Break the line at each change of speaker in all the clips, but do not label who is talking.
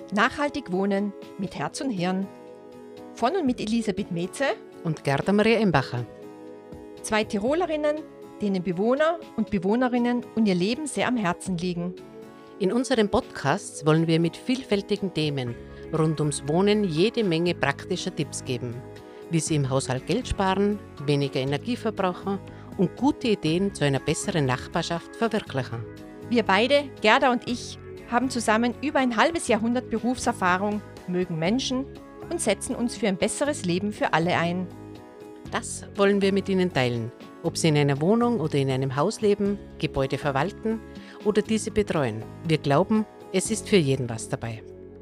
Nachhaltig wohnen mit Herz und Hirn. Von und mit Elisabeth Metze
und Gerda Maria Embacher.
2 Tirolerinnen, denen Bewohner und Bewohnerinnen und ihr Leben sehr am Herzen liegen.
In unseren Podcasts wollen wir mit vielfältigen Themen rund ums Wohnen jede Menge praktischer Tipps geben, wie Sie im Haushalt Geld sparen, weniger Energie verbrauchen und gute Ideen zu einer besseren Nachbarschaft verwirklichen.
Wir beide, Gerda und ich, haben zusammen über ein halbes Jahrhundert Berufserfahrung, mögen Menschen und setzen uns für ein besseres Leben für alle ein.
Das wollen wir mit Ihnen teilen, ob Sie in einer Wohnung oder in einem Haus leben, Gebäude verwalten oder diese betreuen. Wir glauben, es ist für jeden was dabei.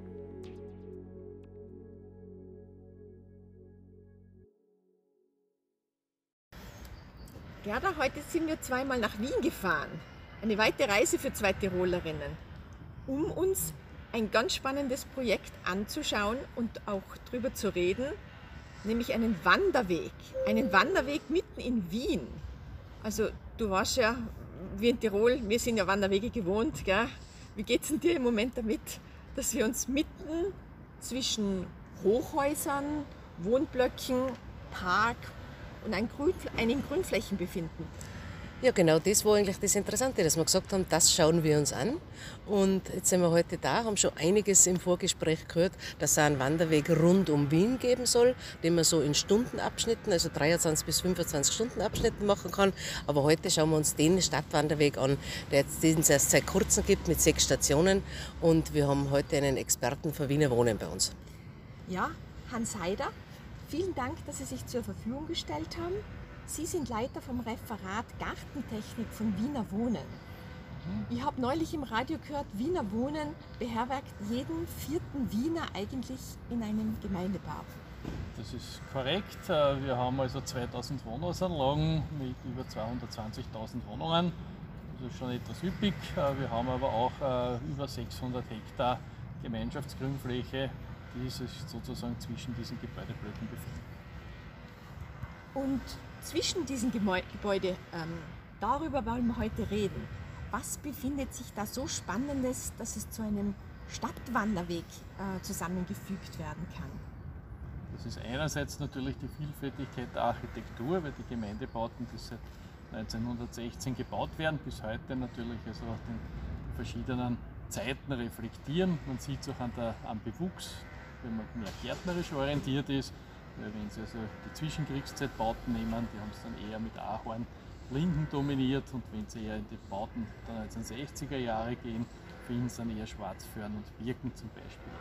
Gerda, heute sind wir zweimal nach Wien gefahren. Eine weite Reise für 2 Tirolerinnen, um uns ein ganz spannendes Projekt anzuschauen und auch drüber zu reden, nämlich einen Wanderweg. Einen Wanderweg mitten in Wien. Also du warst ja, wir in Tirol, wir sind ja Wanderwege gewohnt, gell? Wie geht es denn dir im Moment damit, dass wir uns mitten zwischen Hochhäusern, Wohnblöcken, Park und einen Grünflächen befinden?
Ja, genau, das war eigentlich das Interessante, dass wir gesagt haben, das schauen wir uns an. Und jetzt sind wir heute da, haben schon einiges im Vorgespräch gehört, dass es einen Wanderweg rund um Wien geben soll, den man so in Stundenabschnitten, also 23 bis 25 Stundenabschnitten machen kann. Aber heute schauen wir uns den Stadtwanderweg an, den es erst seit kurzem gibt mit 6 Stationen. Und wir haben heute einen Experten für Wiener Wohnen bei uns.
Ja, Hans Haider, vielen Dank, dass Sie sich zur Verfügung gestellt haben. Sie sind Leiter vom Referat Gartentechnik von Wiener Wohnen. Ich habe neulich im Radio gehört, Wiener Wohnen beherbergt jeden 4. Wiener eigentlich in einem Gemeindebau.
Das ist korrekt. Wir haben also 2000 Wohnhausanlagen mit über 220.000 Wohnungen. Das ist schon etwas üppig. Wir haben aber auch über 600 Hektar Gemeinschaftsgrünfläche, die sich sozusagen zwischen diesen Gebäudeblöcken befinden.
Und zwischen diesen Gebäuden, darüber wollen wir heute reden. Was befindet sich da so Spannendes, dass es zu einem Stadtwanderweg zusammengefügt werden kann?
Das ist einerseits natürlich die Vielfältigkeit der Architektur, weil die Gemeindebauten, die seit 1916 gebaut werden, bis heute natürlich also auch den verschiedenen Zeiten reflektieren. Man sieht es auch am Bewuchs, wenn man mehr gärtnerisch orientiert ist. Wenn Sie also die Zwischenkriegszeitbauten nehmen, die haben es dann eher mit Ahorn, Linden dominiert, und wenn Sie eher in die Bauten der 1960er Jahre gehen, finden Sie dann eher Schwarzföhren und Birken zum Beispiel.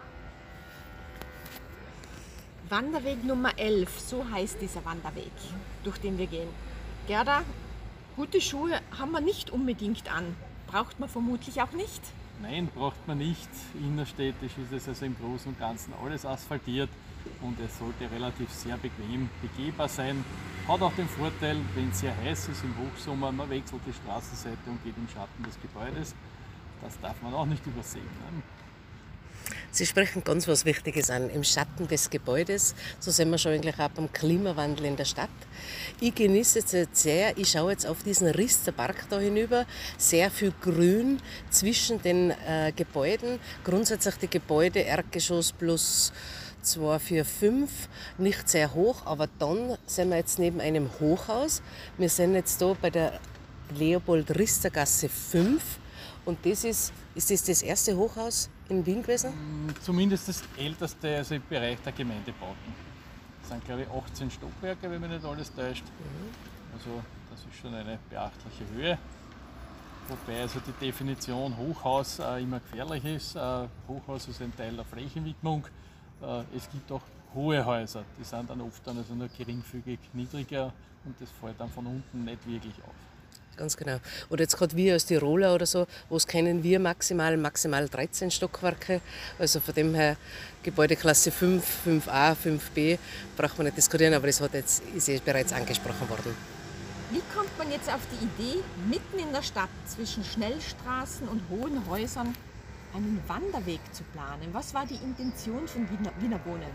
Wanderweg Nummer 11, so heißt dieser Wanderweg, durch den wir gehen. Gerda, gute Schuhe haben wir nicht unbedingt an, braucht man vermutlich auch nicht?
Nein, braucht man nicht. Innerstädtisch ist es also im Großen und Ganzen alles asphaltiert und es sollte relativ sehr bequem begehbar sein. Hat auch den Vorteil, wenn es sehr heiß ist im Hochsommer, man wechselt die Straßenseite und geht im Schatten des Gebäudes. Das darf man auch nicht übersehen. Ne?
Sie sprechen ganz was Wichtiges an, im Schatten des Gebäudes. So sind wir schon eigentlich auch beim Klimawandel in der Stadt. Ich genieße es jetzt sehr, ich schaue jetzt auf diesen Rister Park da hinüber, sehr viel Grün zwischen den Gebäuden. Grundsätzlich die Gebäude, Erdgeschoss plus 2, 4, 5, nicht sehr hoch, aber dann sind wir jetzt neben einem Hochhaus. Wir sind jetzt da bei der Leopold-Rister-Gasse 5 und das ist das erste Hochhaus in Wien gewesen?
Zumindest das älteste, also im Bereich der Gemeindebauten. Das sind, glaube ich, 18 Stockwerke, wenn mich nicht alles täuscht. Also das ist schon eine beachtliche Höhe. Wobei also die Definition Hochhaus immer gefährlich ist. Hochhaus ist ein Teil der Flächenwidmung. Es gibt auch hohe Häuser, die sind dann oft also nur geringfügig niedriger und das fällt dann von unten nicht wirklich auf.
Ganz genau. Oder jetzt gerade wir als Tiroler oder so, was kennen wir maximal 13 Stockwerke. Also von dem her Gebäudeklasse 5, 5a, 5b braucht man nicht diskutieren, aber das ist bereits angesprochen worden.
Wie kommt man jetzt auf die Idee, mitten in der Stadt zwischen Schnellstraßen und hohen Häusern einen Wanderweg zu planen? Was war die Intention von Wiener Wohnen?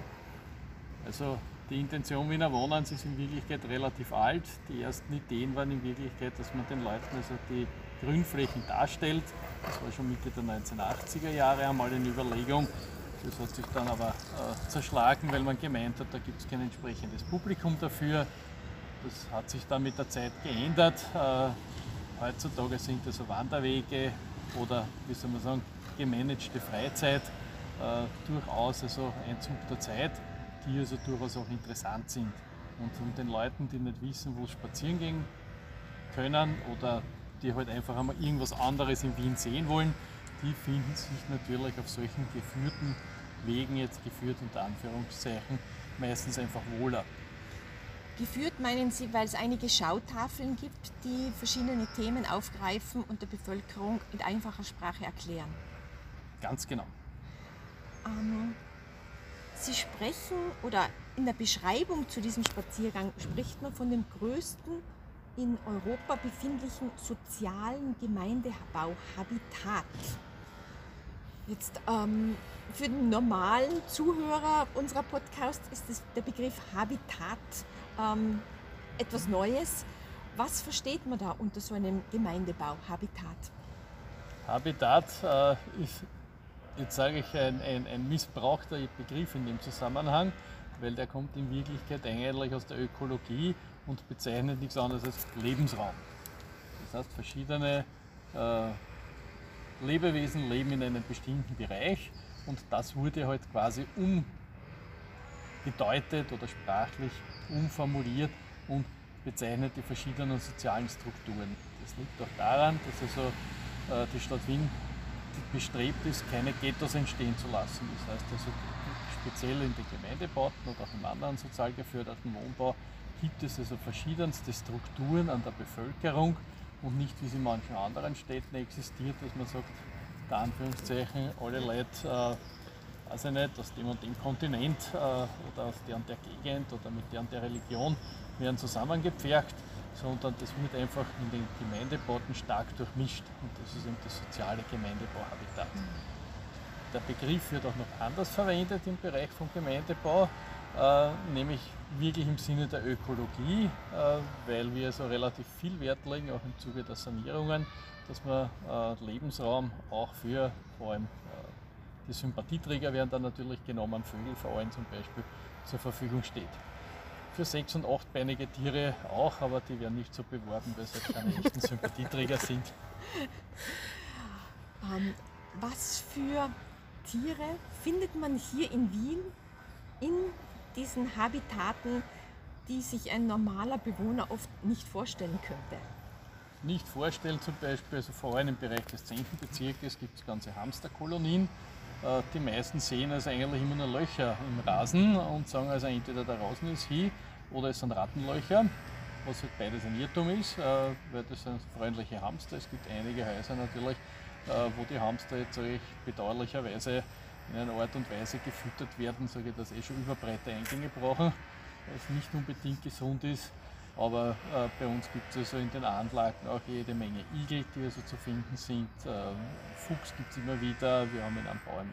Also die Intention Wiener Wohnens ist in Wirklichkeit relativ alt. Die ersten Ideen waren in Wirklichkeit, dass man den Leuten also die Grünflächen darstellt. Das war schon Mitte der 1980er Jahre einmal eine Überlegung. Das hat sich dann aber zerschlagen, weil man gemeint hat, da gibt es kein entsprechendes Publikum dafür. Das hat sich dann mit der Zeit geändert. Heutzutage sind also Wanderwege oder, wie soll man sagen, gemanagte Freizeit durchaus also ein Zug der Zeit, die also durchaus auch interessant sind. Und um den Leuten, die nicht wissen, wo sie spazieren gehen können oder die halt einfach einmal irgendwas anderes in Wien sehen wollen, die finden sich natürlich auf solchen geführten Wegen, jetzt geführt unter Anführungszeichen, meistens einfach wohler.
Geführt meinen Sie, weil es einige Schautafeln gibt, die verschiedene Themen aufgreifen und der Bevölkerung in einfacher Sprache erklären?
Ganz genau.
Sie sprechen, oder in der Beschreibung zu diesem Spaziergang spricht man von dem größten in Europa befindlichen sozialen Gemeindebauhabitat. Jetzt für den normalen Zuhörer unserer Podcast ist der Begriff Habitat etwas Neues. Was versteht man da unter so einem Gemeindebau, Habitat?
Habitat ist, jetzt sage ich, ein missbrauchter Begriff in dem Zusammenhang, weil der kommt in Wirklichkeit eigentlich aus der Ökologie und bezeichnet nichts anderes als Lebensraum. Das heißt, verschiedene Lebewesen leben in einem bestimmten Bereich und das wurde halt quasi umgedeutet oder sprachlich umformuliert und bezeichnet die verschiedenen sozialen Strukturen. Das liegt auch daran, dass also die Stadt Wien bestrebt ist, keine Ghettos entstehen zu lassen. Das heißt also, speziell in den Gemeindebauten oder auch im anderen sozial geförderten Wohnbau gibt es also verschiedenste Strukturen an der Bevölkerung und nicht, wie es in manchen anderen Städten existiert, dass man sagt, unter Anführungszeichen, alle Leute, weiß ich nicht, aus dem und dem Kontinent oder aus der und der Gegend oder mit der und der Religion werden zusammengepfercht, sondern das wird einfach in den Gemeindebauten stark durchmischt und das ist eben das soziale Gemeindebauhabitat. Der Begriff wird auch noch anders verwendet im Bereich vom Gemeindebau, nämlich wirklich im Sinne der Ökologie, weil wir so relativ viel Wert legen, auch im Zuge der Sanierungen, dass man Lebensraum auch für vor allem die Sympathieträger werden dann natürlich genommen, Vögel vor allem zum Beispiel, zur Verfügung steht. Für 6- und 8-beinige Tiere auch, aber die werden nicht so beworben, weil sie keine echten Sympathieträger sind.
Was für Tiere findet man hier in Wien in diesen Habitaten, die sich ein normaler Bewohner oft nicht vorstellen könnte?
Nicht vorstellen zum Beispiel, also vor allem im Bereich des 10. Bezirkes gibt es ganze Hamsterkolonien. Die meisten sehen also eigentlich immer nur Löcher im Rasen und sagen also entweder der Rasen ist hin oder es sind Rattenlöcher, was halt beides ein Irrtum ist, weil das sind freundliche Hamster. Es gibt einige Häuser natürlich, wo die Hamster jetzt bedauerlicherweise in einer Art und Weise gefüttert werden, sage ich, dass schon überbreite Eingänge brauchen, was nicht unbedingt gesund ist. Aber bei uns gibt es also in den Anlagen auch jede Menge Igel, die also zu finden sind. Fuchs gibt es immer wieder. Wir haben in einem Bau im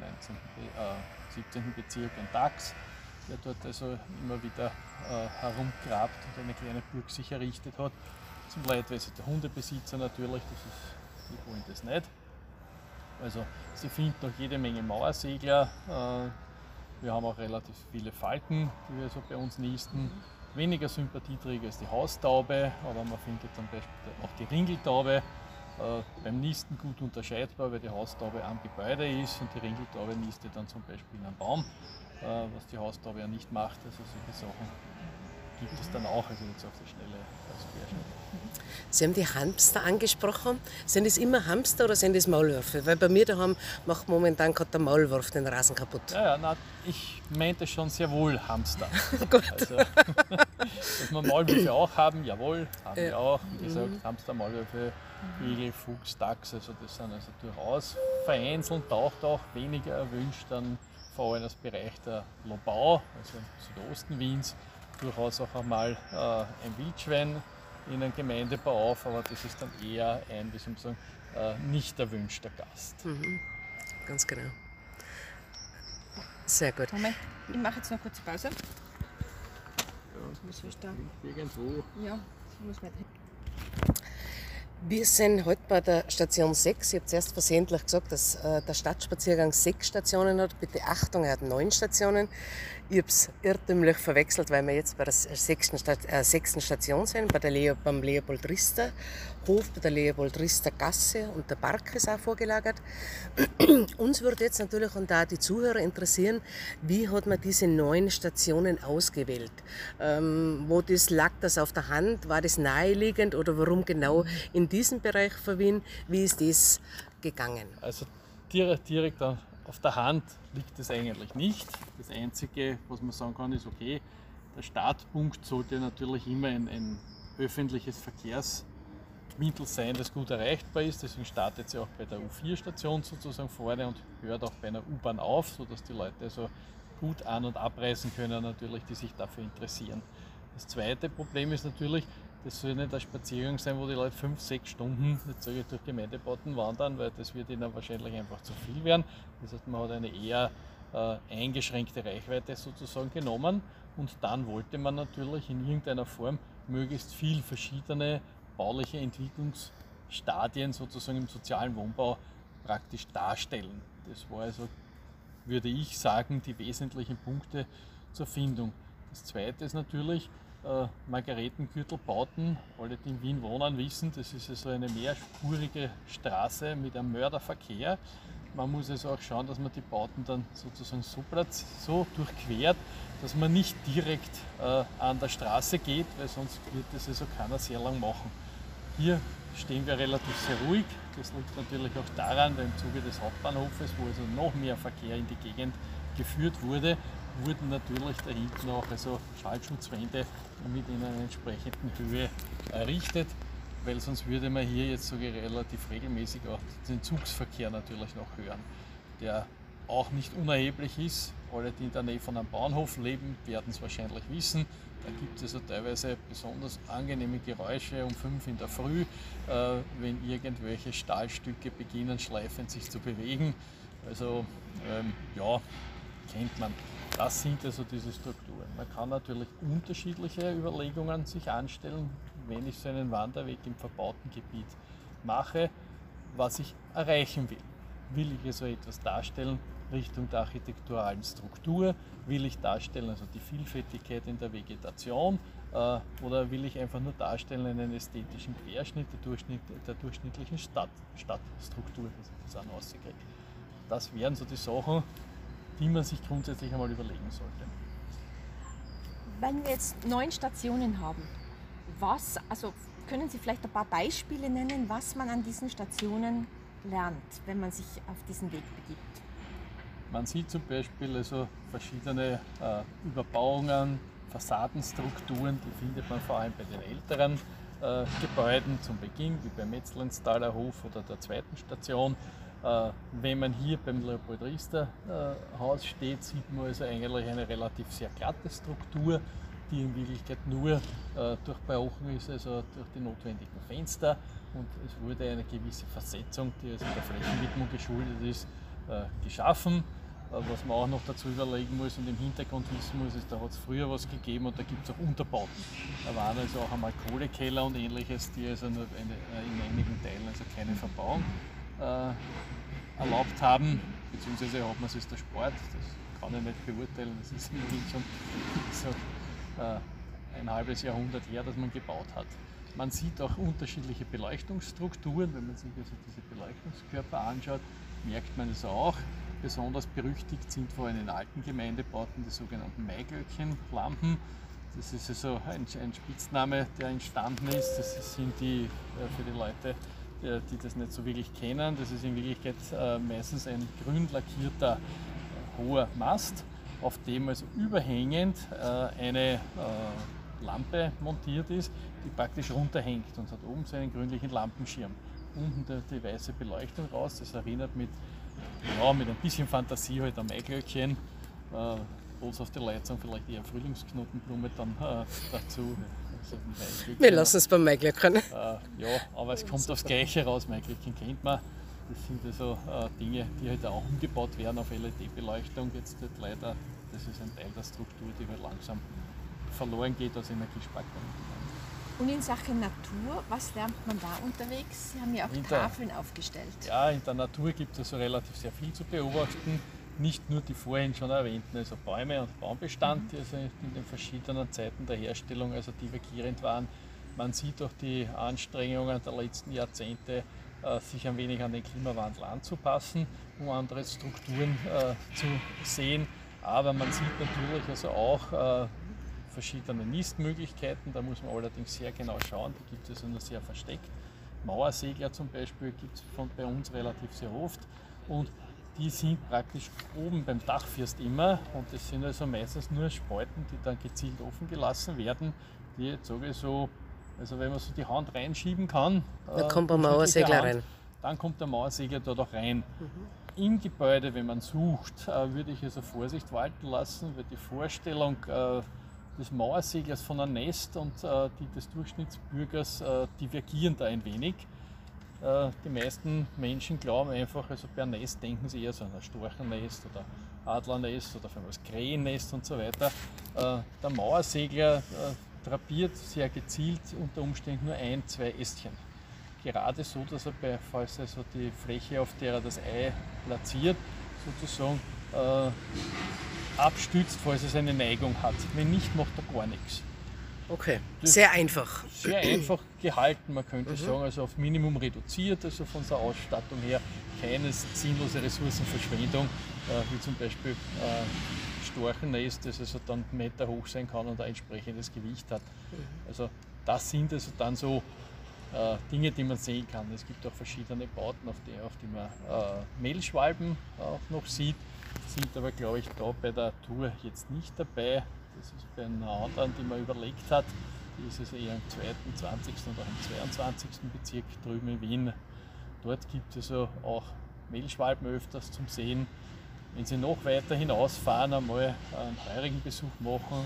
17. Bezirk einen Dachs, der dort also immer wieder herumgrabt und eine kleine Burg sich errichtet hat. Zum Leidwesen der Hundebesitzer natürlich, die wollen das nicht. Also sie finden auch jede Menge Mauersegler. Wir haben auch relativ viele Falken, die wir so bei uns nisten. Weniger Sympathieträger ist die Haustaube, aber man findet zum Beispiel auch die Ringeltaube. Beim Nisten gut unterscheidbar, weil die Haustaube am Gebäude ist und die Ringeltaube nistet dann zum Beispiel in einem Baum, was die Haustaube ja nicht macht. Also solche Sachen gibt es dann auch, also jetzt auf die Schnelle als Querschnitt.
Sie haben die Hamster angesprochen. Sind es immer Hamster oder sind es Maulwürfe? Weil bei mir daheim macht momentan gerade der Maulwurf den Rasen kaputt.
Ja, na, ich meinte schon sehr wohl Hamster.
Gut.
Also, dass wir Maulwürfe auch haben, jawohl, haben wir auch. Wie gesagt, Hamster, Maulwürfe, Igel, Fuchs, Dachs, also das sind also durchaus vereinzelt, taucht auch weniger erwünscht, dann vor allem das Bereich der Lobau, also im Südosten Wiens, durchaus auch einmal ein Wildschwein in einem Gemeindebau auf, aber das ist dann eher ein, wie soll man sagen, nicht erwünschter Gast.
Mhm. Ganz genau. Sehr gut.
Moment, ich mache jetzt noch kurz Pause.
Ja,
muss ich da.
irgendwo.
Ja, das muss man.
Wir sind heute bei der Station 6. Ich habe zuerst versehentlich gesagt, dass der Stadtspaziergang 6 Stationen hat. Bitte Achtung, er hat 9 Stationen. Ich habe es irrtümlich verwechselt, weil wir jetzt bei der 6. Station sind, beim Leopold-Rister-Hof, bei der Leopold-Rister-Gasse, und der Park ist auch vorgelagert. Uns würde jetzt natürlich und auch die Zuhörer interessieren, wie hat man diese 9 Stationen ausgewählt? Lag das auf der Hand? War das naheliegend oder warum genau in diesem Bereich von Wien? Wie ist das gegangen?
Also direkt auf der Hand liegt es eigentlich nicht. Das Einzige, was man sagen kann, ist okay, der Startpunkt sollte natürlich immer ein öffentliches Verkehrsmittel sein, das gut erreichbar ist. Deswegen startet sie auch bei der U4-Station sozusagen vorne und hört auch bei einer U-Bahn auf, sodass die Leute also gut an- und abreisen können, natürlich, die sich dafür interessieren. Das zweite Problem ist natürlich, das soll nicht ein Spaziergang sein, wo die Leute 5-6 Stunden, nicht sage ich, durch Gemeindebauten wandern, weil das wird ihnen wahrscheinlich einfach zu viel werden. Das heißt, man hat eine eher eingeschränkte Reichweite sozusagen genommen, und dann wollte man natürlich in irgendeiner Form möglichst viel verschiedene bauliche Entwicklungsstadien sozusagen im sozialen Wohnbau praktisch darstellen. Das war also, würde ich sagen, die wesentlichen Punkte zur Findung. Das zweite ist natürlich, Margaretengürtelbauten. Alle, die in Wien wohnen, wissen, das ist also eine mehrspurige Straße mit einem Mörderverkehr. Man muss also auch schauen, dass man die Bauten dann sozusagen so durchquert, dass man nicht direkt an der Straße geht, weil sonst wird das also keiner sehr lang machen. Hier stehen wir relativ sehr ruhig. Das liegt natürlich auch daran, weil im Zuge des Hauptbahnhofes, wo also noch mehr Verkehr in die Gegend geführt wurde, wurden natürlich da hinten auch also Schallschutzwände mit in einer entsprechenden Höhe errichtet, weil sonst würde man hier jetzt sogar relativ regelmäßig auch den Zugsverkehr natürlich noch hören, der auch nicht unerheblich ist. Alle, die in der Nähe von einem Bahnhof leben, werden es wahrscheinlich wissen. Da gibt es also teilweise besonders angenehme Geräusche um 5 in der Früh, wenn irgendwelche Stahlstücke beginnen schleifend sich zu bewegen. Also ja, kennt man. Das sind also diese Strukturen. Man kann natürlich unterschiedliche Überlegungen sich anstellen, wenn ich so einen Wanderweg im verbauten Gebiet mache, was ich erreichen will. Will ich also etwas darstellen Richtung der architekturalen Struktur? Will ich darstellen also die Vielfältigkeit in der Vegetation? Oder will ich einfach nur darstellen einen ästhetischen Querschnitt der durchschnittlichen Stadtstruktur, dass ich das auch rauskriege? Das wären so die Sachen, die man sich grundsätzlich einmal überlegen sollte.
Wenn wir jetzt 9 Stationen haben, können Sie vielleicht ein paar Beispiele nennen, was man an diesen Stationen lernt, wenn man sich auf diesen Weg begibt?
Man sieht zum Beispiel also verschiedene Überbauungen, Fassadenstrukturen, die findet man vor allem bei den älteren Gebäuden zum Beginn, wie beim Metzlenstaler Hof oder der zweiten Station. Wenn man hier beim Leopold-Riester-Haus steht, sieht man also eigentlich eine relativ sehr glatte Struktur, die in Wirklichkeit nur durchbrochen ist, also durch die notwendigen Fenster, und es wurde eine gewisse Versetzung, die also der Flächenwidmung geschuldet ist, geschaffen. Was man auch noch dazu überlegen muss und im Hintergrund wissen muss, ist, da hat es früher was gegeben und da gibt es auch Unterbauten. Da waren also auch einmal Kohlekeller und ähnliches, die also nur in einigen Teilen also keine Verbauung erlaubt haben, beziehungsweise hat man es als der Sport, das kann ich nicht beurteilen, das ist immerhin schon so ein halbes Jahrhundert her, dass man gebaut hat. Man sieht auch unterschiedliche Beleuchtungsstrukturen, wenn man sich also diese Beleuchtungskörper anschaut, merkt man es auch. Besonders berüchtigt sind vor allem in alten Gemeindebauten die sogenannten Maiglöckchenlampen. Das ist also ein Spitzname, der entstanden ist. Das sind die für die Leute, die das nicht so wirklich kennen. Das ist in Wirklichkeit meistens ein grün lackierter hoher Mast, auf dem also überhängend eine Lampe montiert ist, die praktisch runterhängt und hat oben so einen grünlichen Lampenschirm. Unten die weiße Beleuchtung raus, das erinnert mit ein bisschen Fantasie halt an Maiglöckchen. Bloß auf der Leitung vielleicht eher Frühlingsknotenblume dann dazu. Also
wir lassen es beim Maiglöckchen.
Ja, aber es kommt aufs Gleiche raus. Maiglöckchen kennt man. Das sind also Dinge, die halt auch umgebaut werden auf LED-Beleuchtung. Jetzt halt leider, das ist ein Teil der Struktur, die halt langsam verloren geht aus Energiespargründen.
Und in Sachen Natur, was lernt man da unterwegs? Sie haben ja auch Tafeln aufgestellt.
Ja, in der Natur gibt es also relativ sehr viel zu beobachten. Nicht nur die vorhin schon erwähnten, also Bäume und Baumbestand, die also in den verschiedenen Zeiten der Herstellung also divergierend waren. Man sieht auch die Anstrengungen der letzten Jahrzehnte, sich ein wenig an den Klimawandel anzupassen, um andere Strukturen zu sehen. Aber man sieht natürlich also auch verschiedene Nistmöglichkeiten, da muss man allerdings sehr genau schauen, die gibt es also nur sehr versteckt. Mauersegler zum Beispiel gibt es bei uns relativ sehr oft und die sind praktisch oben beim Dachfirst immer und das sind also meistens nur Spalten, die dann gezielt offen gelassen werden, die jetzt sage ich so, also wenn man so die Hand reinschieben kann,
dann kommt ein Mauersegler rein.
Dann kommt der Mauersegler dort auch rein. Im Gebäude, wenn man sucht, würde ich also Vorsicht walten lassen, weil die Vorstellung des Mauerseglers von einem Nest und die des Durchschnittsbürgers divergieren da ein wenig. Die meisten Menschen glauben einfach, also per Nest denken sie eher so an ein Storchennest oder Adlernest oder das Krähennest und so weiter. Der Mauersegler drapiert sehr gezielt unter Umständen nur 1, 2 Ästchen. Gerade so, dass er falls also die Fläche, auf der er das Ei platziert, sozusagen abstützt, falls es eine Neigung hat. Wenn nicht, macht er gar nichts.
Okay, sehr einfach.
Sehr einfach gehalten, man könnte sagen, also auf Minimum reduziert, also von der Ausstattung her keine sinnlose Ressourcenverschwendung, wie zum Beispiel Storchennest, das also dann 1 Meter hoch sein kann und ein entsprechendes Gewicht hat. Also das sind also dann so Dinge, die man sehen kann. Es gibt auch verschiedene Bauten, auf die man Mehlschwalben auch noch sieht, sind aber glaube ich da bei der Tour jetzt nicht dabei. Das ist bei einer anderen, die man überlegt hat. Die ist also eher im 2., 20. und auch im 22. Bezirk drüben in Wien. Dort gibt es also auch Mehlschwalben öfters zum Sehen. Wenn Sie noch weiter hinausfahren, einmal einen heurigen Besuch machen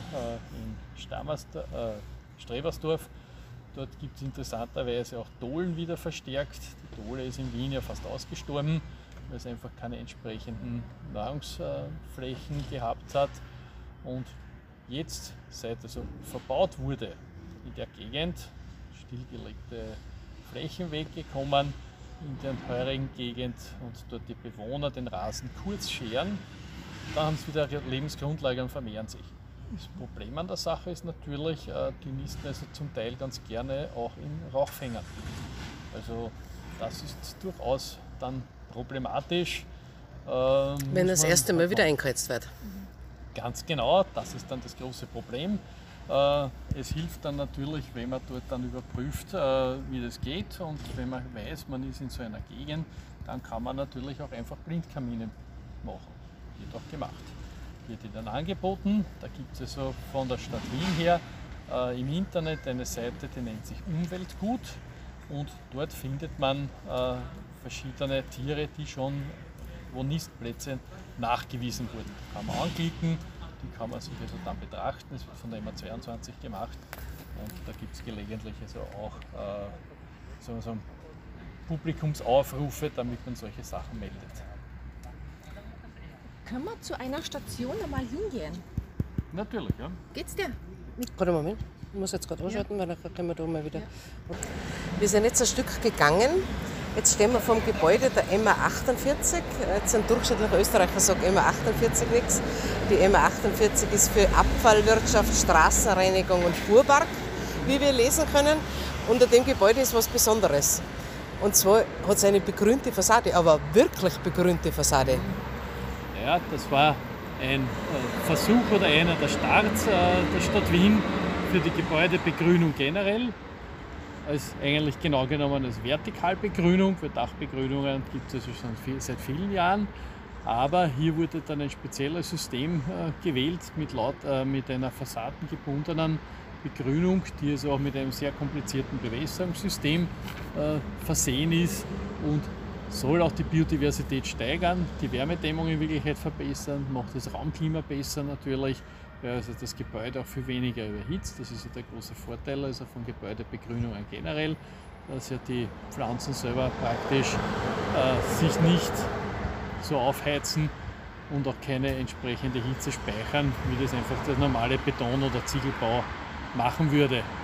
in Strebersdorf. Dort gibt es interessanterweise auch Dohlen wieder verstärkt. Die Dohle ist in Wien ja fast ausgestorben, weil es einfach keine entsprechenden Nahrungsflächen gehabt hat. Und jetzt, seit also verbaut wurde in der Gegend, stillgelegte Flächen weggekommen in der heurigen Gegend und dort die Bewohner den Rasen kurz scheren, da haben sie wieder Lebensgrundlage und vermehren sich. Das Problem an der Sache ist natürlich, die nisten also zum Teil ganz gerne auch in Rauchfängern. Also das ist durchaus dann problematisch.
Wenn das erste Mal wieder eingeheizt wird.
Ganz genau, das ist dann das große Problem. Es hilft dann natürlich, wenn man dort dann überprüft, wie das geht und wenn man weiß, man ist in so einer Gegend, dann kann man natürlich auch einfach Blindkamine machen. Wird auch gemacht. Wird ihnen angeboten. Da gibt es also von der Stadt Wien her im Internet eine Seite, die nennt sich Umweltgut und dort findet man verschiedene Tiere, die schon, wo Nistplätze nachgewiesen wurden. Kann man anklicken, die kann man sich also dann betrachten, das wird von der MA22 gemacht und da gibt es gelegentlich also auch so Publikumsaufrufe, damit man solche Sachen meldet.
Können wir zu einer Station einmal hingehen?
Natürlich, ja.
Geht's dir?
Gerade einen Moment, ich muss jetzt gerade anschalten, weil dann können wir da mal wieder. Wir sind jetzt ein Stück gegangen. Jetzt stehen wir vor dem Gebäude der MA48. Jetzt ein durchschnittlicher Österreicher sagt MA48 nichts. Die MA48 ist für Abfallwirtschaft, Straßenreinigung und Fuhrpark, wie wir lesen können. Unter dem Gebäude ist was Besonderes. Und zwar hat es eine begrünte Fassade, aber wirklich begrünte Fassade.
Ja, das war ein Versuch oder einer der Starts der Stadt Wien für die Gebäudebegrünung generell. Als eigentlich genau genommen als Vertikalbegrünung, für Dachbegrünungen gibt es also schon seit vielen Jahren. Aber hier wurde dann ein spezielles System gewählt mit einer fassadengebundenen Begrünung, die also auch mit einem sehr komplizierten Bewässerungssystem versehen ist und soll auch die Biodiversität steigern, die Wärmedämmung in Wirklichkeit verbessern, macht das Raumklima besser natürlich, weil also das Gebäude auch viel weniger überhitzt. Das ist ja der große Vorteil also von Gebäudebegrünungen generell, dass ja die Pflanzen selber praktisch sich nicht so aufheizen und auch keine entsprechende Hitze speichern, wie das einfach der normale Beton- oder Ziegelbau machen würde.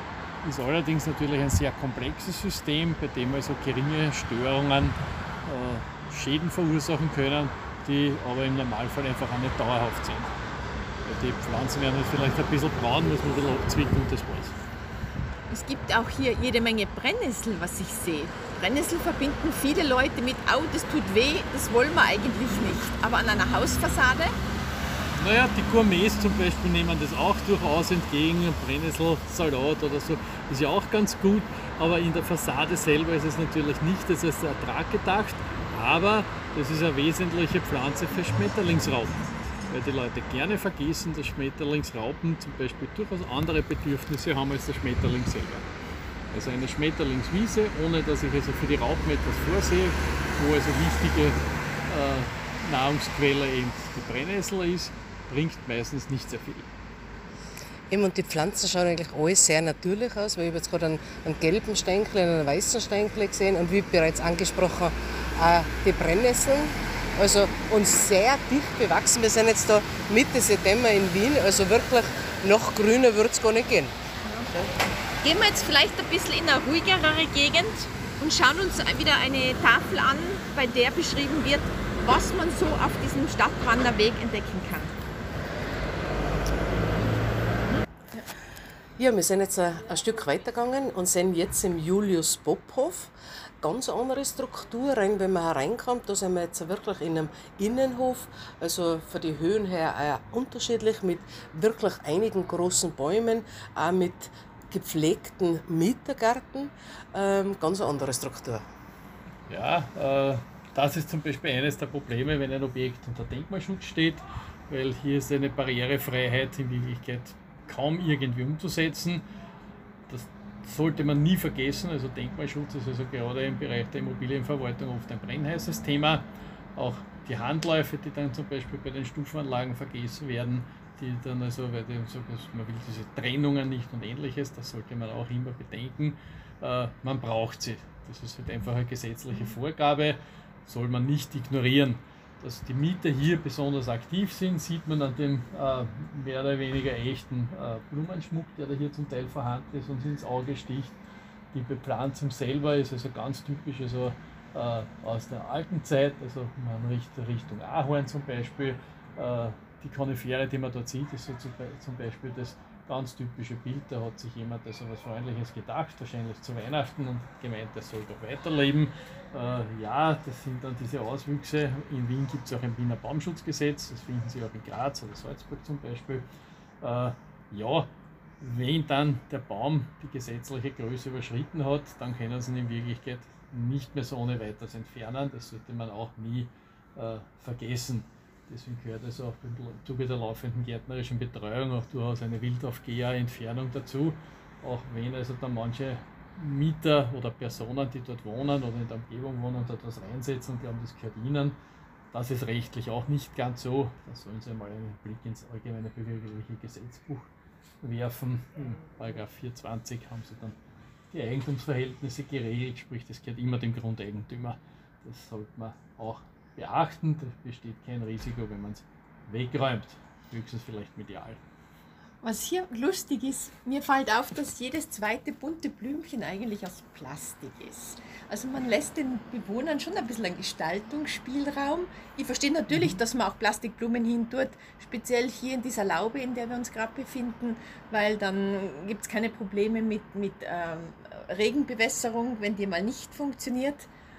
ist allerdings natürlich ein sehr komplexes System, bei dem also geringe Störungen Schäden verursachen können, die aber im Normalfall einfach auch nicht dauerhaft sind. Weil die Pflanzen werden halt vielleicht ein bisschen braun, muss man ein bisschen abzwicken und das war's.
Es gibt auch hier jede Menge Brennnessel, was ich sehe. Brennnessel verbinden viele Leute mit, das tut weh, das wollen wir eigentlich nicht. Aber an einer Hausfassade?
Naja, die Gourmets zum Beispiel nehmen das auch durchaus entgegen. Brennnesselsalat oder so ist ja auch ganz gut. Aber in der Fassade selber ist es natürlich nicht als Ertrag gedacht. Aber das ist eine wesentliche Pflanze für Schmetterlingsraupen. Weil die Leute gerne vergessen, dass Schmetterlingsraupen zum Beispiel durchaus andere Bedürfnisse haben als der Schmetterling selber. Also eine Schmetterlingswiese, ohne dass ich also für die Raupen etwas vorsehe, wo also wichtige Nahrungsquelle eben die Brennnessel ist, bringt meistens nicht sehr viel.
Eben, und die Pflanzen schauen eigentlich alles sehr natürlich aus, weil ich habe jetzt gerade einen gelben Stängel und einen weißen Stängel gesehen und wie bereits angesprochen, die Brennnesseln. Also und sehr dicht bewachsen. Wir sind jetzt da Mitte September in Wien, also wirklich noch grüner wird es gar nicht gehen.
Gehen wir jetzt vielleicht ein bisschen in eine ruhigere Gegend und schauen uns wieder eine Tafel an, bei der beschrieben wird, was man so auf diesem Stadtwanderweg entdecken kann.
Ja, wir sind jetzt ein Stück weitergegangen und sind jetzt im Julius-Bopp-Hof. Ganz andere Struktur rein, wenn man hereinkommt. Da sind wir jetzt wirklich in einem Innenhof, also von den Höhen her auch unterschiedlich, mit wirklich einigen großen Bäumen, auch mit gepflegten Mietergärten, ganz eine andere Struktur.
Ja, das ist zum Beispiel eines der Probleme, wenn ein Objekt unter Denkmalschutz steht, weil hier ist eine Barrierefreiheit in Wirklichkeit kaum irgendwie umzusetzen. Das sollte man nie vergessen. Also Denkmalschutz ist also gerade im Bereich der Immobilienverwaltung oft ein brennheißes Thema. Auch die Handläufe, die dann zum Beispiel bei den Stufenanlagen vergessen werden, die dann also, weil man will diese Trennungen nicht und ähnliches, das sollte man auch immer bedenken. Man braucht sie. Das ist halt einfach eine gesetzliche Vorgabe, soll man nicht ignorieren. Dass die Mieter hier besonders aktiv sind, sieht man an dem mehr oder weniger echten Blumenschmuck, der da hier zum Teil vorhanden ist und ins Auge sticht. Die Bepflanzung selber ist also ganz typisch also, aus der alten Zeit, also man richtet Richtung Ahorn zum Beispiel. Die Konifere, die man dort sieht, ist so zum Beispiel das ganz typische Bild. Da hat sich jemand also was Freundliches gedacht, wahrscheinlich zu Weihnachten, und gemeint, er soll doch weiterleben. Ja, das sind dann diese Auswüchse. In Wien gibt es auch ein Wiener Baumschutzgesetz, das finden Sie auch in Graz oder Salzburg zum Beispiel. Ja, wenn dann der Baum die gesetzliche Größe überschritten hat, dann können Sie ihn in Wirklichkeit nicht mehr so ohne weiteres entfernen. Das sollte man auch nie vergessen. Deswegen gehört also auch im Zuge der laufenden gärtnerischen Betreuung auch durchaus eine Wildaufgeher-Entfernung dazu. Auch wenn also dann manche Mieter oder Personen, die dort wohnen oder in der Umgebung wohnen, dort was reinsetzen und glauben, das gehört ihnen. Das ist rechtlich auch nicht ganz so. Da sollen Sie einmal einen Blick ins allgemeine bürgerliche Gesetzbuch werfen. In § 420 haben Sie dann die Eigentumsverhältnisse geregelt, sprich, das gehört immer dem Grundeigentümer. Das sollte man auch beachten. Da besteht kein Risiko, wenn man es wegräumt. Höchstens vielleicht medial.
Was hier lustig ist, mir fällt auf, dass jedes zweite bunte Blümchen eigentlich aus Plastik ist. Also man lässt den Bewohnern schon ein bisschen einen Gestaltungsspielraum. Ich verstehe natürlich, dass man auch Plastikblumen hintut, speziell hier in dieser Laube, in der wir uns gerade befinden, weil dann gibt es keine Probleme mit Regenbewässerung, wenn die mal nicht funktioniert.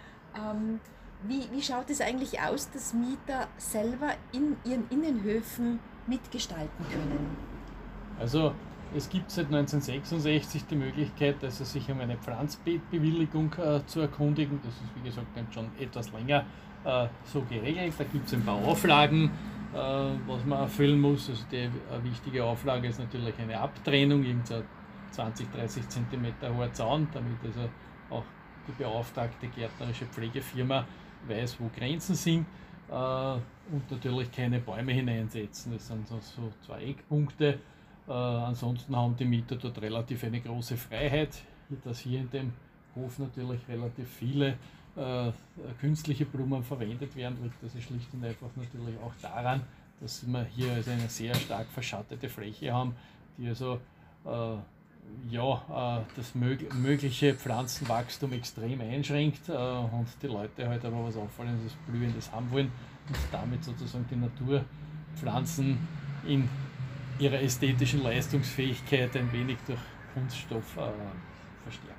Wie schaut es eigentlich aus, dass Mieter selber in ihren Innenhöfen mitgestalten können?
Also es gibt seit 1966 die Möglichkeit, also sich um eine Pflanzbeetbewilligung zu erkundigen. Das ist, wie gesagt, schon etwas länger so geregelt. Da gibt es ein paar Auflagen, was man erfüllen muss. Also die wichtige Auflage ist natürlich eine Abtrennung, irgendein 20-30 cm hoher Zaun, damit also auch die beauftragte gärtnerische Pflegefirma weiß, wo Grenzen sind, und natürlich keine Bäume hineinsetzen. Das sind so zwei Eckpunkte. Ansonsten haben die Mieter dort relativ eine große Freiheit, dass hier in dem Hof natürlich relativ viele künstliche Blumen verwendet werden. Das ist schlicht und einfach natürlich auch daran, dass wir hier also eine sehr stark verschattete Fläche haben, die also das mögliche Pflanzenwachstum extrem einschränkt und die Leute halt aber was Auffallendes, Blühendes haben wollen und damit sozusagen die Naturpflanzen in ihrer ästhetischen Leistungsfähigkeit ein wenig durch Kunststoff verstärken.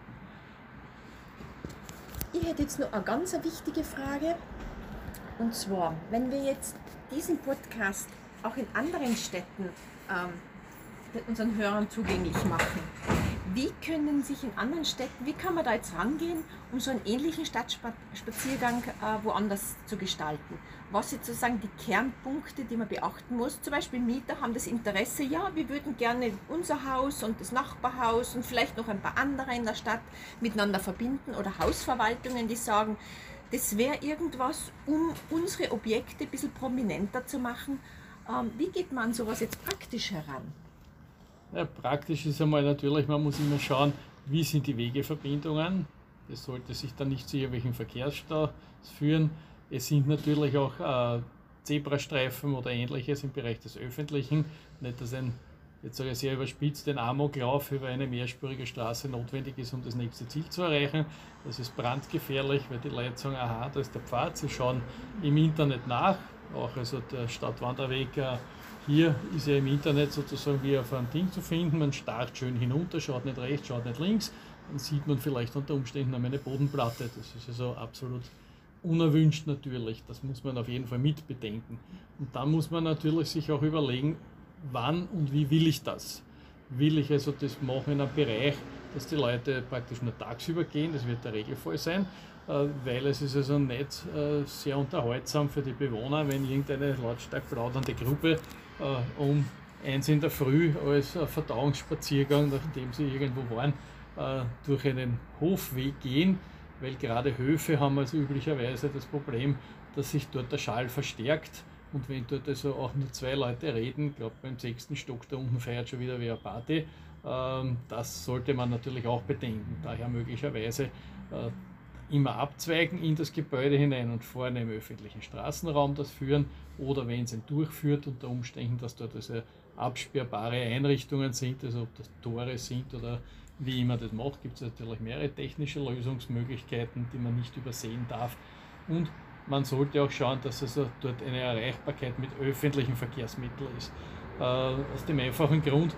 Ich hätte jetzt noch eine ganz wichtige Frage. Und zwar, wenn wir jetzt diesen Podcast auch in anderen Städten unseren Hörern zugänglich machen, wie können sich in anderen Städten, wie kann man da jetzt rangehen, um so einen ähnlichen Stadtspaziergang woanders zu gestalten? Was sind sozusagen die Kernpunkte, die man beachten muss? Zum Beispiel Mieter haben das Interesse, ja, wir würden gerne unser Haus und das Nachbarhaus und vielleicht noch ein paar andere in der Stadt miteinander verbinden, oder Hausverwaltungen, die sagen, das wäre irgendwas, um unsere Objekte ein bisschen prominenter zu machen. Wie geht man an sowas jetzt praktisch heran?
Ja, praktisch ist einmal natürlich, man muss immer schauen, wie sind die Wegeverbindungen. Das sollte sich dann nicht zu irgendwelchen Verkehrsstaus führen. Es sind natürlich auch Zebrastreifen oder Ähnliches im Bereich des Öffentlichen. Nicht, dass jetzt sage ich sehr überspitzt, ein Amoklauf über eine mehrspurige Straße notwendig ist, um das nächste Ziel zu erreichen. Das ist brandgefährlich, weil die Leute sagen, aha, da ist der Pfad. Sie schauen im Internet nach, auch also der Stadtwanderweg. Hier ist ja im Internet sozusagen wie auf einem Ding zu finden, man starrt schön hinunter, schaut nicht rechts, schaut nicht links, dann sieht man vielleicht unter Umständen eine Bodenplatte. Das ist also absolut unerwünscht natürlich, das muss man auf jeden Fall mit bedenken. Und dann muss man natürlich sich auch überlegen, wann und wie will ich das? Will ich also das machen in einem Bereich, dass die Leute praktisch nur tagsüber gehen, das wird der Regelfall sein, weil es ist also nicht sehr unterhaltsam für die Bewohner, wenn irgendeine lautstark plaudernde Gruppe um 1 in der Früh als Verdauungsspaziergang, nachdem sie irgendwo waren, durch einen Hofweg gehen, weil gerade Höfe haben also üblicherweise das Problem, dass sich dort der Schall verstärkt, und wenn dort also auch nur 2 Leute reden, ich glaube beim 6. Stock da unten feiert schon wieder wer eine Party, das sollte man natürlich auch bedenken, daher möglicherweise immer abzweigen in das Gebäude hinein und vorne im öffentlichen Straßenraum das führen, oder wenn es ihn durchführt, unter Umständen, dass dort also absperrbare Einrichtungen sind, also ob das Tore sind oder wie immer das macht, gibt es natürlich mehrere technische Lösungsmöglichkeiten, die man nicht übersehen darf. Und man sollte auch schauen, dass also dort eine Erreichbarkeit mit öffentlichen Verkehrsmitteln ist. Aus dem einfachen Grund,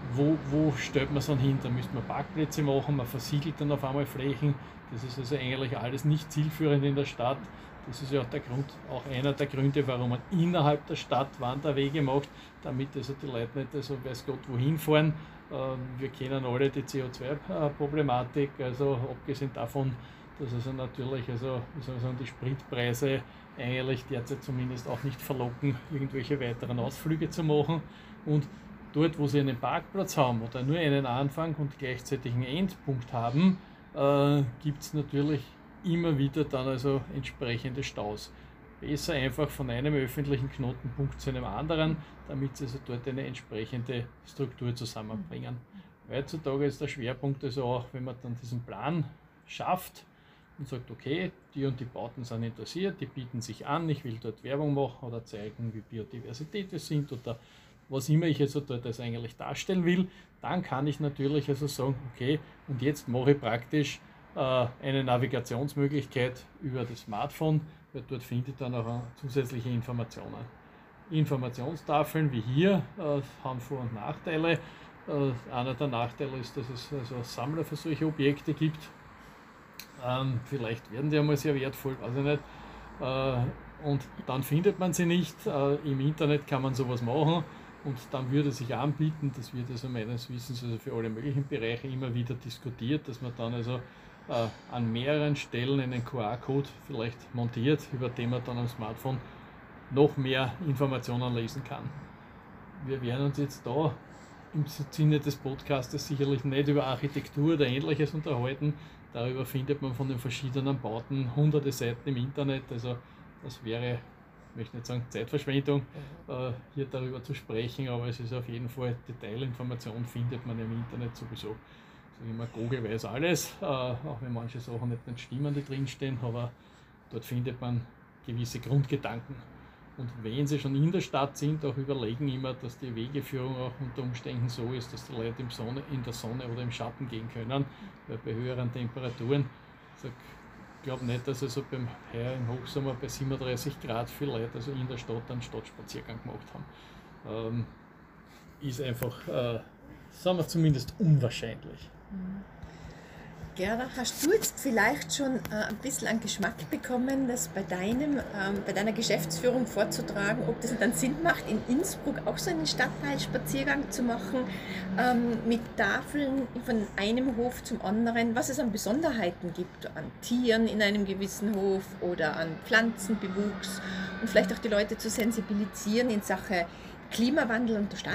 wo stellt man es dann hin? Da müsste man Parkplätze machen, man versiegelt dann auf einmal Flächen. Das ist also eigentlich alles nicht zielführend in der Stadt. Das ist ja auch der Grund, auch einer der Gründe, warum man innerhalb der Stadt Wanderwege macht, damit also die Leute nicht also weiß Gott wohin fahren. Wir kennen alle die CO2-Problematik, also abgesehen davon, dass also natürlich also, wie soll ich sagen, die Spritpreise eigentlich derzeit zumindest auch nicht verlocken, irgendwelche weiteren Ausflüge zu machen. Und dort, wo sie einen Parkplatz haben oder nur einen Anfang und gleichzeitig einen Endpunkt haben, gibt es natürlich immer wieder dann also entsprechende Staus. Besser einfach von einem öffentlichen Knotenpunkt zu einem anderen, damit sie also dort eine entsprechende Struktur zusammenbringen. Heutzutage ist der Schwerpunkt also auch, wenn man dann diesen Plan schafft und sagt, okay, die und die Bauten sind interessiert, die bieten sich an, ich will dort Werbung machen oder zeigen, wie Biodiversität wir sind oder was immer ich also dort also eigentlich darstellen will, dann kann ich natürlich also sagen, okay, und jetzt mache ich praktisch eine Navigationsmöglichkeit über das Smartphone, weil dort finde ich dann auch zusätzliche Informationen. Informationstafeln wie hier haben Vor- und Nachteile. Einer der Nachteile ist, dass es also Sammler für solche Objekte gibt. Vielleicht werden die einmal sehr wertvoll, weiß ich nicht. Und dann findet man sie nicht. Im Internet kann man sowas machen. Und dann würde sich anbieten, das wird also meines Wissens also für alle möglichen Bereiche immer wieder diskutiert, dass man dann also an mehreren Stellen einen QR-Code vielleicht montiert, über den man dann am Smartphone noch mehr Informationen lesen kann. Wir werden uns jetzt da im Sinne des Podcastes sicherlich nicht über Architektur oder Ähnliches unterhalten. Darüber findet man von den verschiedenen Bauten hunderte Seiten im Internet, also das wäre, ich möchte nicht sagen Zeitverschwendung, hier darüber zu sprechen, aber es ist auf jeden Fall, Detailinformation findet man im Internet sowieso. Also immer Google weiß alles, auch wenn manche Sachen nicht stimmen, die drinstehen, aber dort findet man gewisse Grundgedanken. Und wenn sie schon in der Stadt sind, auch überlegen immer, dass die Wegeführung auch unter Umständen so ist, dass die Leute in der Sonne oder im Schatten gehen können, weil bei höheren Temperaturen, ich glaube nicht, dass also beim Heuer im Hochsommer bei 37 Grad viele Leute also in der Stadt einen Stadtspaziergang gemacht haben. Ist einfach, sagen wir zumindest, unwahrscheinlich.
Gerda, hast du jetzt vielleicht schon ein bisschen einen Geschmack bekommen, das bei deiner Geschäftsführung vorzutragen, ob das dann Sinn macht, in Innsbruck auch so einen Stadtteilspaziergang zu machen, mit Tafeln von einem Hof zum anderen, was es an Besonderheiten gibt, an Tieren in einem gewissen Hof oder an Pflanzenbewuchs und vielleicht auch die Leute zu sensibilisieren in Sachen Klimawandel und der Stadt?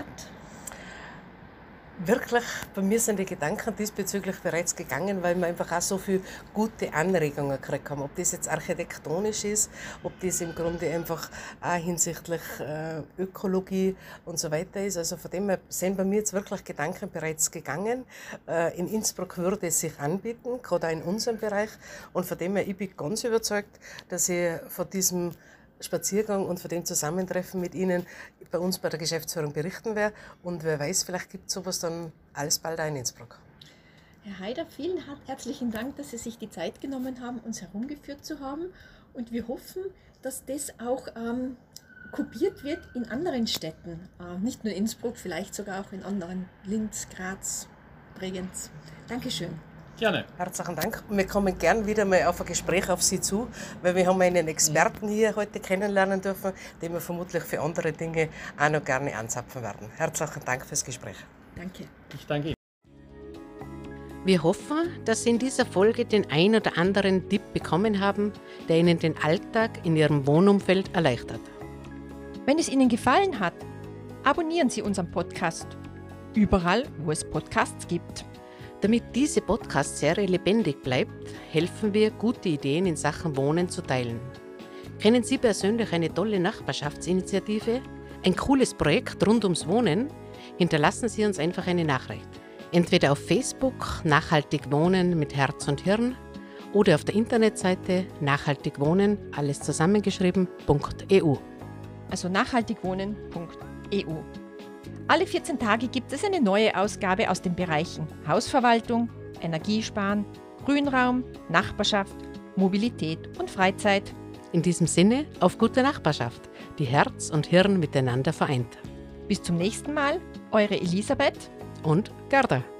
Wirklich, bei mir sind die Gedanken diesbezüglich bereits gegangen, weil wir einfach auch so viele gute Anregungen gekriegt haben. Ob das jetzt architektonisch ist, ob das im Grunde einfach auch hinsichtlich Ökologie und so weiter ist. Also von dem her sind bei mir jetzt wirklich Gedanken bereits gegangen. In Innsbruck würde es sich anbieten, gerade auch in unserem Bereich. Und von dem her, ich bin ganz überzeugt, dass ich von diesem Spaziergang und von dem Zusammentreffen mit Ihnen bei uns bei der Geschäftsführung berichten werde. Und wer weiß, vielleicht gibt es sowas dann alsbald auch in Innsbruck.
Herr Haider, vielen herzlichen Dank, dass Sie sich die Zeit genommen haben, uns herumgeführt zu haben. Und wir hoffen, dass das auch kopiert wird in anderen Städten. Nicht nur Innsbruck, vielleicht sogar auch in anderen, Linz, Graz, Bregenz. Dankeschön.
Gerne.
Herzlichen Dank. Wir kommen gern wieder mal auf ein Gespräch auf Sie zu, weil wir haben einen Experten hier heute kennenlernen dürfen, den wir vermutlich für andere Dinge auch noch gerne anzapfen werden. Herzlichen Dank fürs Gespräch.
Danke.
Ich danke Ihnen.
Wir hoffen, dass Sie in dieser Folge den ein oder anderen Tipp bekommen haben, der Ihnen den Alltag in Ihrem Wohnumfeld erleichtert.
Wenn es Ihnen gefallen hat, abonnieren Sie unseren Podcast. Überall, wo es Podcasts gibt.
Damit diese Podcast-Serie lebendig bleibt, helfen wir, gute Ideen in Sachen Wohnen zu teilen. Kennen Sie persönlich eine tolle Nachbarschaftsinitiative? Ein cooles Projekt rund ums Wohnen? Hinterlassen Sie uns einfach eine Nachricht. Entweder auf Facebook Nachhaltig Wohnen mit Herz und Hirn oder auf der Internetseite nachhaltigwohnen, alles zusammengeschrieben.eu.
Also nachhaltigwohnen.eu. Alle 14 Tage gibt es eine neue Ausgabe aus den Bereichen Hausverwaltung, Energiesparen, Grünraum, Nachbarschaft, Mobilität und Freizeit.
In diesem Sinne, auf gute Nachbarschaft, die Herz und Hirn miteinander vereint.
Bis zum nächsten Mal, eure Elisabeth
und Gerda.